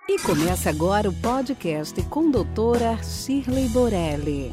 E começa agora o podcast com doutora Shirley Borelli.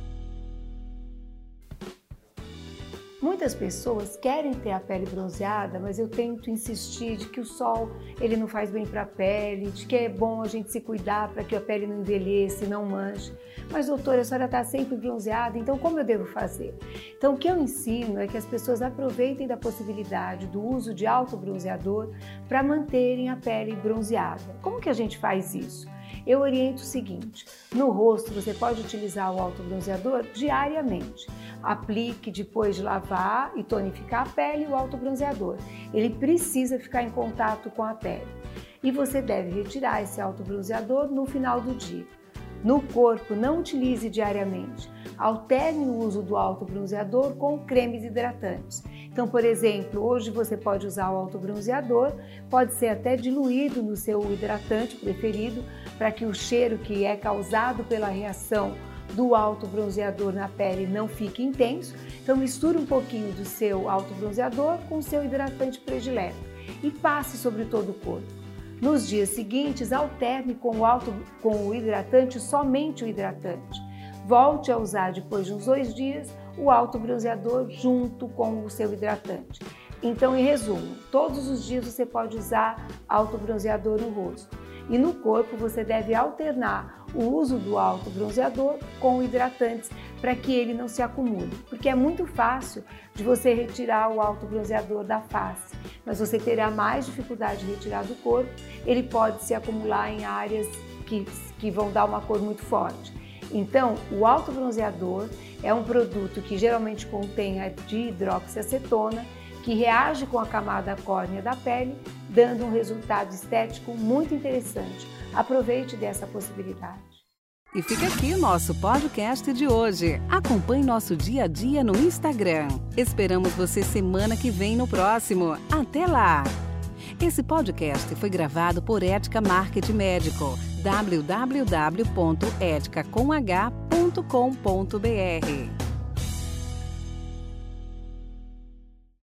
Muitas pessoas querem ter a pele bronzeada, mas eu tento insistir de que o sol ele não faz bem para a pele, de que é bom a gente se cuidar para que a pele não envelheça e não manche. Mas doutora, a senhora está sempre bronzeada, então como eu devo fazer? Então o que eu ensino é que as pessoas aproveitem da possibilidade do uso de autobronzeador para manterem a pele bronzeada. Como que a gente faz isso? Eu oriento o seguinte: no rosto você pode utilizar o autobronzeador diariamente. Aplique depois de lavar e tonificar a pele o autobronzeador. Ele precisa ficar em contato com a pele. E você deve retirar esse autobronzeador no final do dia. No corpo, não utilize diariamente. Alterne o uso do autobronzeador com cremes hidratantes. Então, por exemplo, hoje você pode usar o autobronzeador, pode ser até diluído no seu hidratante preferido, para que o cheiro que é causado pela reação do autobronzeador na pele não fique intenso. Então, misture um pouquinho do seu autobronzeador com o seu hidratante predileto e passe sobre todo o corpo. Nos dias seguintes, alterne com o hidratante, somente o hidratante. Volte a usar depois de uns 2 dias o autobronzeador junto com o seu hidratante. Então, em resumo, todos os dias você pode usar autobronzeador no rosto. E no corpo você deve alternar o uso do autobronzeador com hidratantes para que ele não se acumule. Porque é muito fácil de você retirar o autobronzeador da face, mas você terá mais dificuldade de retirar do corpo. Ele pode se acumular em áreas que vão dar uma cor muito forte. Então, o autobronzeador é um produto que geralmente contém a dihidroxiacetona, que reage com a camada córnea da pele, dando um resultado estético muito interessante. Aproveite dessa possibilidade. E fica aqui o nosso podcast de hoje. Acompanhe nosso dia a dia no Instagram. Esperamos você semana que vem no próximo. Até lá! Esse podcast foi gravado por Ética Marketing Médico. www.eticacomh.com.br